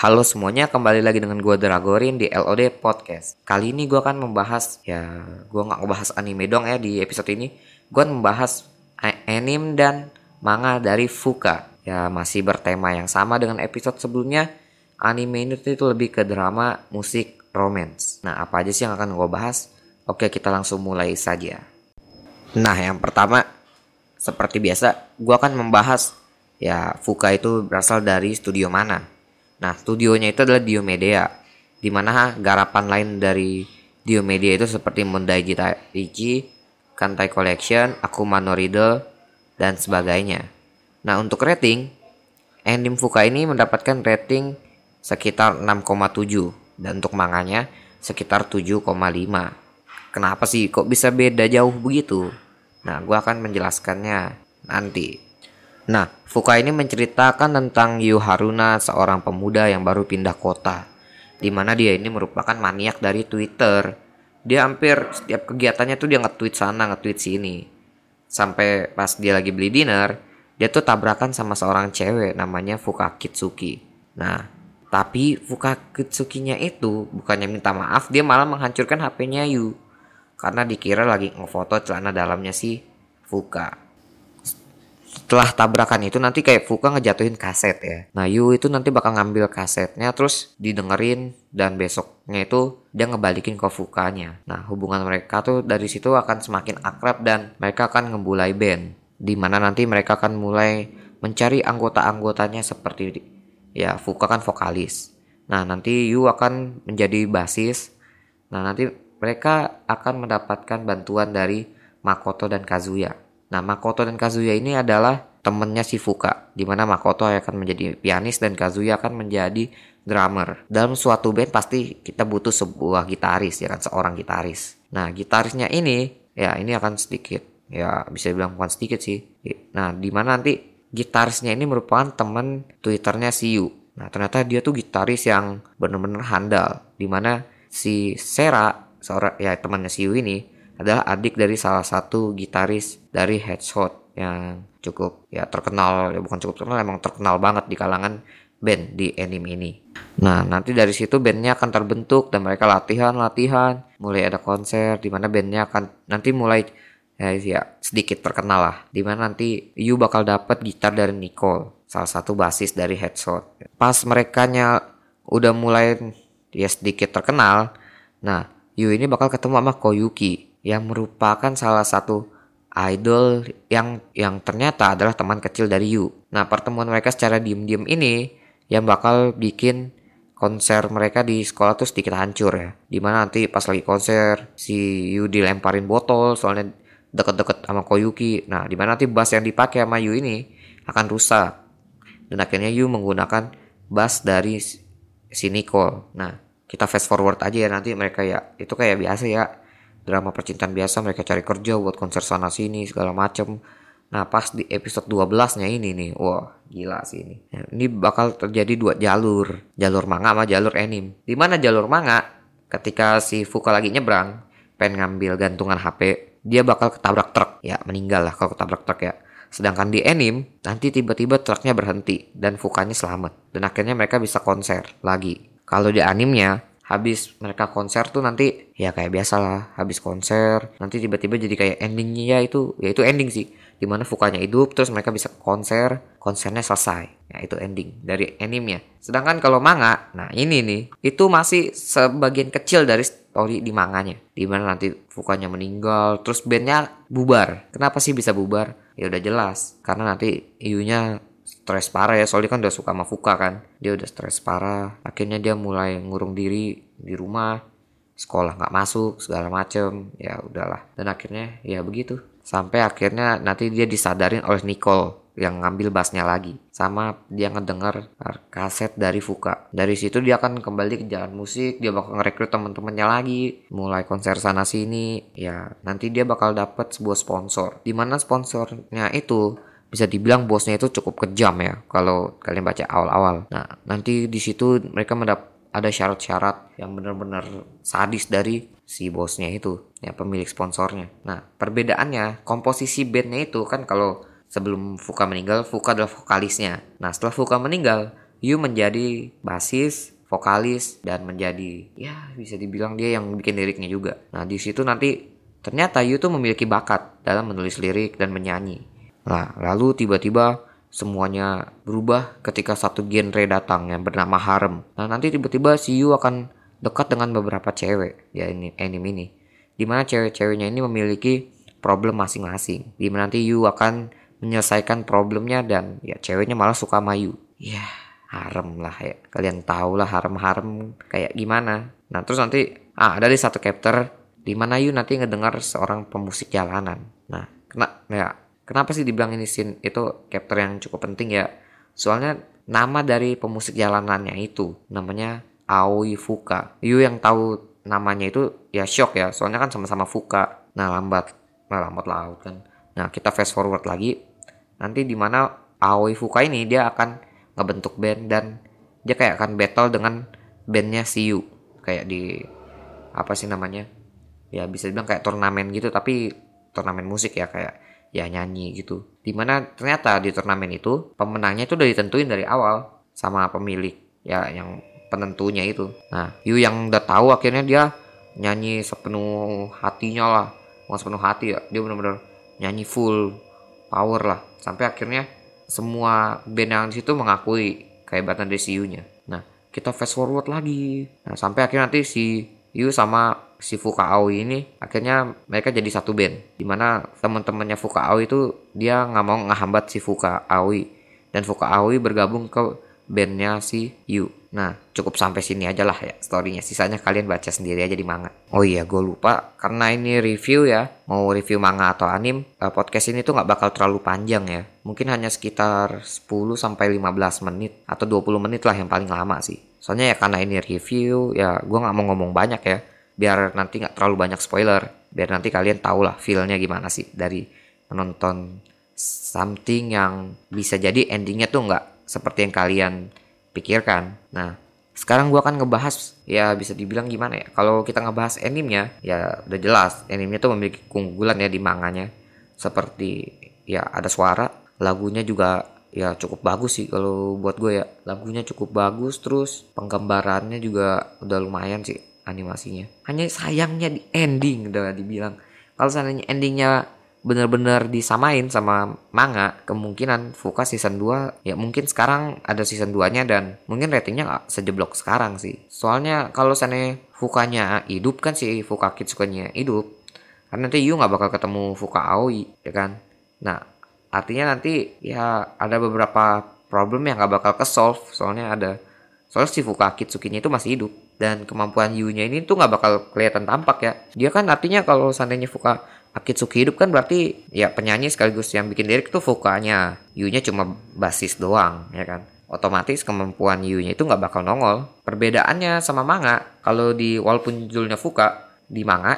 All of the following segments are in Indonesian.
Halo semuanya, kembali lagi dengan gue Dragorin di LOD Podcast. Kali ini gue akan membahas, gue gak ngebahas anime dong ya di episode ini. Gue akan membahas anime dan manga dari Fuka. Ya masih bertema yang sama dengan episode sebelumnya. Anime ini tuh lebih ke drama, musik, romance. Nah apa aja sih yang akan gue bahas? Oke, kita langsung mulai saja. Nah yang pertama, seperti biasa gue akan membahas Fuka itu berasal dari studio mana. Nah, studionya itu adalah Diomedia, di mana garapan lain dari Diomedia itu seperti Mondaiji Taichi, Kantai Collection, Akuma no Riddle, dan sebagainya. Nah, untuk rating, anime Fuka ini mendapatkan rating sekitar 6,7 dan untuk manganya sekitar 7,5. Kenapa sih kok bisa beda jauh begitu? Nah, gue akan menjelaskannya nanti. Nah, Fuka ini menceritakan tentang Yu Haruna, seorang pemuda yang baru pindah kota, di mana dia ini merupakan maniak dari Twitter. Dia hampir setiap kegiatannya tuh dia nge-tweet sana, nge-tweet sini. Sampai pas dia lagi beli dinner, dia tuh tabrakan sama seorang cewek namanya Fuka Kitsuki. Nah, tapi Fuka Kitsukinya itu bukannya minta maaf, dia malah menghancurkan HP-nya Yu. Karena dikira lagi ngefoto celana dalamnya si Fuka. Setelah tabrakan itu nanti kayak Fuka ngejatuhin kaset ya. Nah Yu itu nanti bakal ngambil kasetnya terus didengerin dan besoknya itu dia ngebalikin ke Fukanya. Nah hubungan mereka tuh dari situ akan semakin akrab dan mereka akan ngebulai band. Dimana nanti mereka akan mulai mencari anggota-anggotanya seperti Fuka kan vokalis. Nah nanti Yu akan menjadi basis. Nah nanti mereka akan mendapatkan bantuan dari Makoto dan Kazuya. Nah, Makoto dan Kazuya ini adalah temennya si Fuka, di mana Makoto akan menjadi pianis dan Kazuya akan menjadi drummer. Dalam suatu band pasti kita butuh sebuah gitaris, ya kan, seorang gitaris. Nah, gitarisnya ini akan sedikit, bisa dibilang bukan sedikit sih. Nah, di mana nanti gitarisnya ini merupakan teman Twitternya si Yu. Nah, ternyata dia tuh gitaris yang benar-benar handal, di mana si Sera, seorang temannya si Yu ini adalah adik dari salah satu gitaris dari Headshot yang cukup terkenal, bukan cukup terkenal, emang terkenal banget di kalangan band di anime ini. Nah nanti dari situ bandnya akan terbentuk dan mereka latihan, mulai ada konser di mana bandnya akan nanti mulai sedikit terkenal lah, di mana nanti Yu bakal dapat gitar dari Nicole, salah satu basis dari Headshot. Pas merekanya udah mulai sedikit terkenal, nah Yu ini bakal ketemu sama Koyuki yang merupakan salah satu idol yang ternyata adalah teman kecil dari Yu. Nah, pertemuan mereka secara diem-diem ini yang bakal bikin konser mereka di sekolah tuh sedikit hancur ya. Dimana nanti pas lagi konser si Yu dilemparin botol soalnya deket-deket sama Koyuki. Nah, dimana nanti bass yang dipakai sama Yu ini akan rusak. Dan akhirnya Yu menggunakan bass dari si Nicole. Nah, kita fast forward aja ya, nanti mereka itu kayak biasa ya, drama percintaan biasa, mereka cari kerja buat konser sana sini segala macem. Nah pas di episode 12 nya ini nih, wah gila sih ini. Ini bakal terjadi dua jalur manga sama jalur anime. Dimana jalur manga, ketika si Fuka lagi nyebrang pengen ngambil gantungan HP, dia bakal ketabrak truk, meninggal lah kalau ketabrak truk ya. Sedangkan di anime nanti tiba-tiba truknya berhenti dan Fukanya selamat dan akhirnya mereka bisa konser lagi. Kalau di animenya habis mereka konser tuh nanti kayak biasa lah, habis konser nanti tiba-tiba jadi kayak endingnya itu ending sih, dimana Fukanya hidup terus mereka bisa konsernya selesai, itu ending dari animenya. Sedangkan kalau manga, nah ini nih itu masih sebagian kecil dari story di manganya, dimana nanti Fukanya meninggal terus bandnya bubar. Kenapa sih bisa bubar? Ya udah jelas karena nanti Iyunya stres parah ya, soalnya kan udah suka sama Fuka kan, dia udah stres parah, akhirnya dia mulai ngurung diri di rumah, sekolah nggak masuk segala macem, ya udahlah. Dan akhirnya begitu sampai akhirnya nanti dia disadarin oleh Nicole yang ngambil bassnya lagi, sama dia ngedenger kaset dari Fuka. Dari situ dia akan kembali ke jalan musik, dia bakal ngerekrut teman-temannya lagi, mulai konser sana sini. Nanti dia bakal dapat sebuah sponsor, dimana sponsornya itu bisa dibilang bosnya itu cukup kejam ya kalau kalian baca awal-awal. Nah nanti di situ mereka ada syarat-syarat yang benar-benar sadis dari si bosnya itu, pemilik sponsornya. Nah perbedaannya komposisi bandnya itu kan, kalau sebelum Fuka meninggal, Fuka adalah vokalisnya. Nah setelah Fuka meninggal, Yu menjadi basis, vokalis, dan menjadi ya bisa dibilang dia yang bikin liriknya juga. Nah di situ nanti ternyata Yu tuh memiliki bakat dalam menulis lirik dan menyanyi. Nah lalu tiba-tiba semuanya berubah ketika satu genre datang yang bernama harem. Nah nanti tiba-tiba si Yu akan dekat dengan beberapa cewek ya ini anime ini. Dimana cewek-ceweknya ini memiliki problem masing-masing. Dimana nanti Yu akan menyelesaikan problemnya dan ya ceweknya malah suka sama Yu. Ya harem lah ya. Kalian tahu lah harem-harem kayak gimana. Nah terus nanti ada di satu chapter dimana Yu nanti ngedengar seorang pemusik jalanan. Nah kenapa sih dibilang ini scene itu chapter yang cukup penting ya? Soalnya nama dari pemusik jalanannya itu namanya Aoi Fuka. Yu yang tahu namanya itu ya shock ya. Soalnya kan sama-sama Fuka. Nah lambat laut kan. Nah kita fast forward lagi. Nanti dimana Aoi Fuka ini dia akan ngebentuk band dan dia kayak akan battle dengan bandnya si Yu. Kayak di apa sih namanya? Ya bisa dibilang kayak turnamen gitu tapi turnamen musik ya kayak ya nyanyi gitu. Dimana ternyata di turnamen itu pemenangnya itu udah ditentuin dari awal sama pemilik ya yang penentunya itu. Nah Yu yang udah tahu akhirnya dia nyanyi sepenuh hatinya lah. Mau sepenuh hati ya. Dia benar-benar nyanyi full power lah. Sampai akhirnya semua band yang di situ mengakui kehebatan dari si Yu-nya. Nah kita fast forward lagi. Nah sampai akhirnya nanti si Yu sama si Fuka Aoi ini akhirnya mereka jadi satu band. Dimana teman-temannya Fuka Aoi itu dia nggak mau ngehambat si Fuka Aoi. Dan Fuka Aoi bergabung ke bandnya si Yu. Nah cukup sampai sini aja lah ya storynya. Sisanya kalian baca sendiri aja di manga. Oh iya gue lupa karena ini review ya. Mau review manga atau anime, podcast ini tuh gak bakal terlalu panjang ya. Mungkin hanya sekitar 10-15 menit atau 20 menit lah yang paling lama sih. Soalnya ya karena ini review ya gue gak mau ngomong banyak ya. Biar nanti gak terlalu banyak spoiler. Biar nanti kalian tahu lah feelnya gimana sih dari menonton something yang bisa jadi endingnya tuh gak seperti yang kalian pikirkan. Nah sekarang gue akan ngebahas ya bisa dibilang gimana ya. Kalau kita ngebahas animenya ya udah jelas animenya tuh memiliki keunggulan ya di manganya. Seperti ya ada suara, lagunya juga ya cukup bagus sih kalau buat gue ya. Lagunya cukup bagus terus penggambarannya juga udah lumayan sih animasinya. Hanya sayangnya di ending udah dibilang. Kalau seandainya endingnya bener-bener disamain sama manga, kemungkinan Fuka season 2 ya mungkin sekarang ada season 2-nya dan mungkin ratingnya gak sejeblok sekarang sih. Soalnya kalau seandainya Fukanya hidup kan si Fuka Kitsukanya hidup, karena nanti Yu gak bakal ketemu Fuka Aoi ya kan. Nah artinya nanti ya ada beberapa problem yang gak bakal ke-solve. Soalnya si Fuka Kitsukinya itu masih hidup dan kemampuan Yu-nya ini tuh gak bakal kelihatan tampak ya. Dia kan artinya kalau seandainya Fuka Akitsuki hidup kan berarti ya penyanyi sekaligus yang bikin lirik tuh Fukanya. Yu-nya cuma basis doang ya kan. Otomatis kemampuan Yu-nya itu gak bakal nongol. Perbedaannya sama manga, kalau di walaupun judulnya Fuka, di manga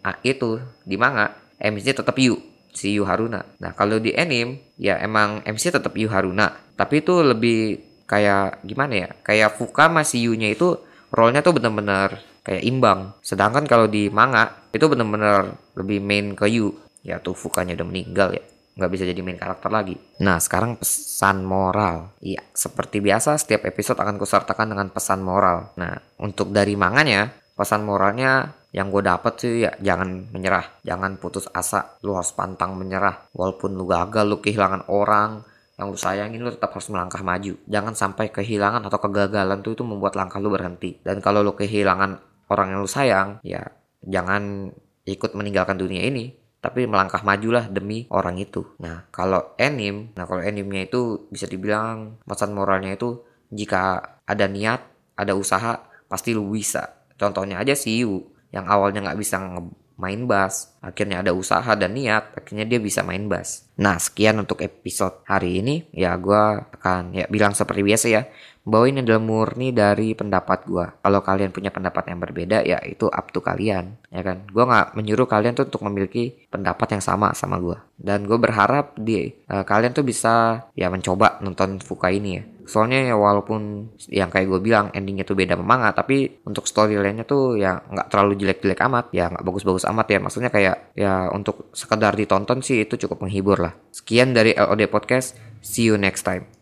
di manga MC tetap Yu, si Yu Haruna. Nah kalau di anime ya emang MC tetap Yu Haruna, tapi itu lebih kayak gimana ya? Kayak Fuka masih Yu-nya itu role-nya tuh bener-bener kayak imbang. Sedangkan kalau di manga itu bener-bener lebih main ke Yu. Ya tuh Fukanya udah meninggal ya. Nggak bisa jadi main karakter lagi. Nah sekarang pesan moral. Iya seperti biasa setiap episode akan kusertakan dengan pesan moral. Nah untuk dari manganya pesan moralnya yang gue dapet sih ya jangan menyerah. Jangan putus asa. Lu harus pantang menyerah. Walaupun lu gagal, lu kehilangan orang yang lu sayangin, lu tetap harus melangkah maju. Jangan sampai kehilangan atau kegagalan tuh itu membuat langkah lu berhenti. Dan kalau lu kehilangan orang yang lu sayang, ya jangan ikut meninggalkan dunia ini, tapi melangkah majulah demi orang itu. Nah kalau animenya itu bisa dibilang pesan moralnya itu jika ada niat, ada usaha, pasti lu bisa. Contohnya aja si Yu yang awalnya nggak bisa main bass, akhirnya ada usaha dan niat, akhirnya dia bisa main bass. Nah sekian untuk episode hari ini. Ya gue akan ya bilang seperti biasa ya, bahwa ini adalah murni dari pendapat gue. Kalau kalian punya pendapat yang berbeda ya itu up to kalian ya kan. Gue gak menyuruh kalian tuh untuk memiliki pendapat yang sama gue. Dan gue berharap kalian tuh bisa ya mencoba nonton Fuka ini ya. Soalnya ya walaupun yang kayak gue bilang endingnya tuh beda sama manga, tapi untuk storyline-nya tuh ya gak terlalu jelek-jelek amat. Ya gak bagus-bagus amat ya. Maksudnya kayak ya untuk sekedar ditonton sih itu cukup menghibur lah. Sekian dari LOD Podcast. See you next time.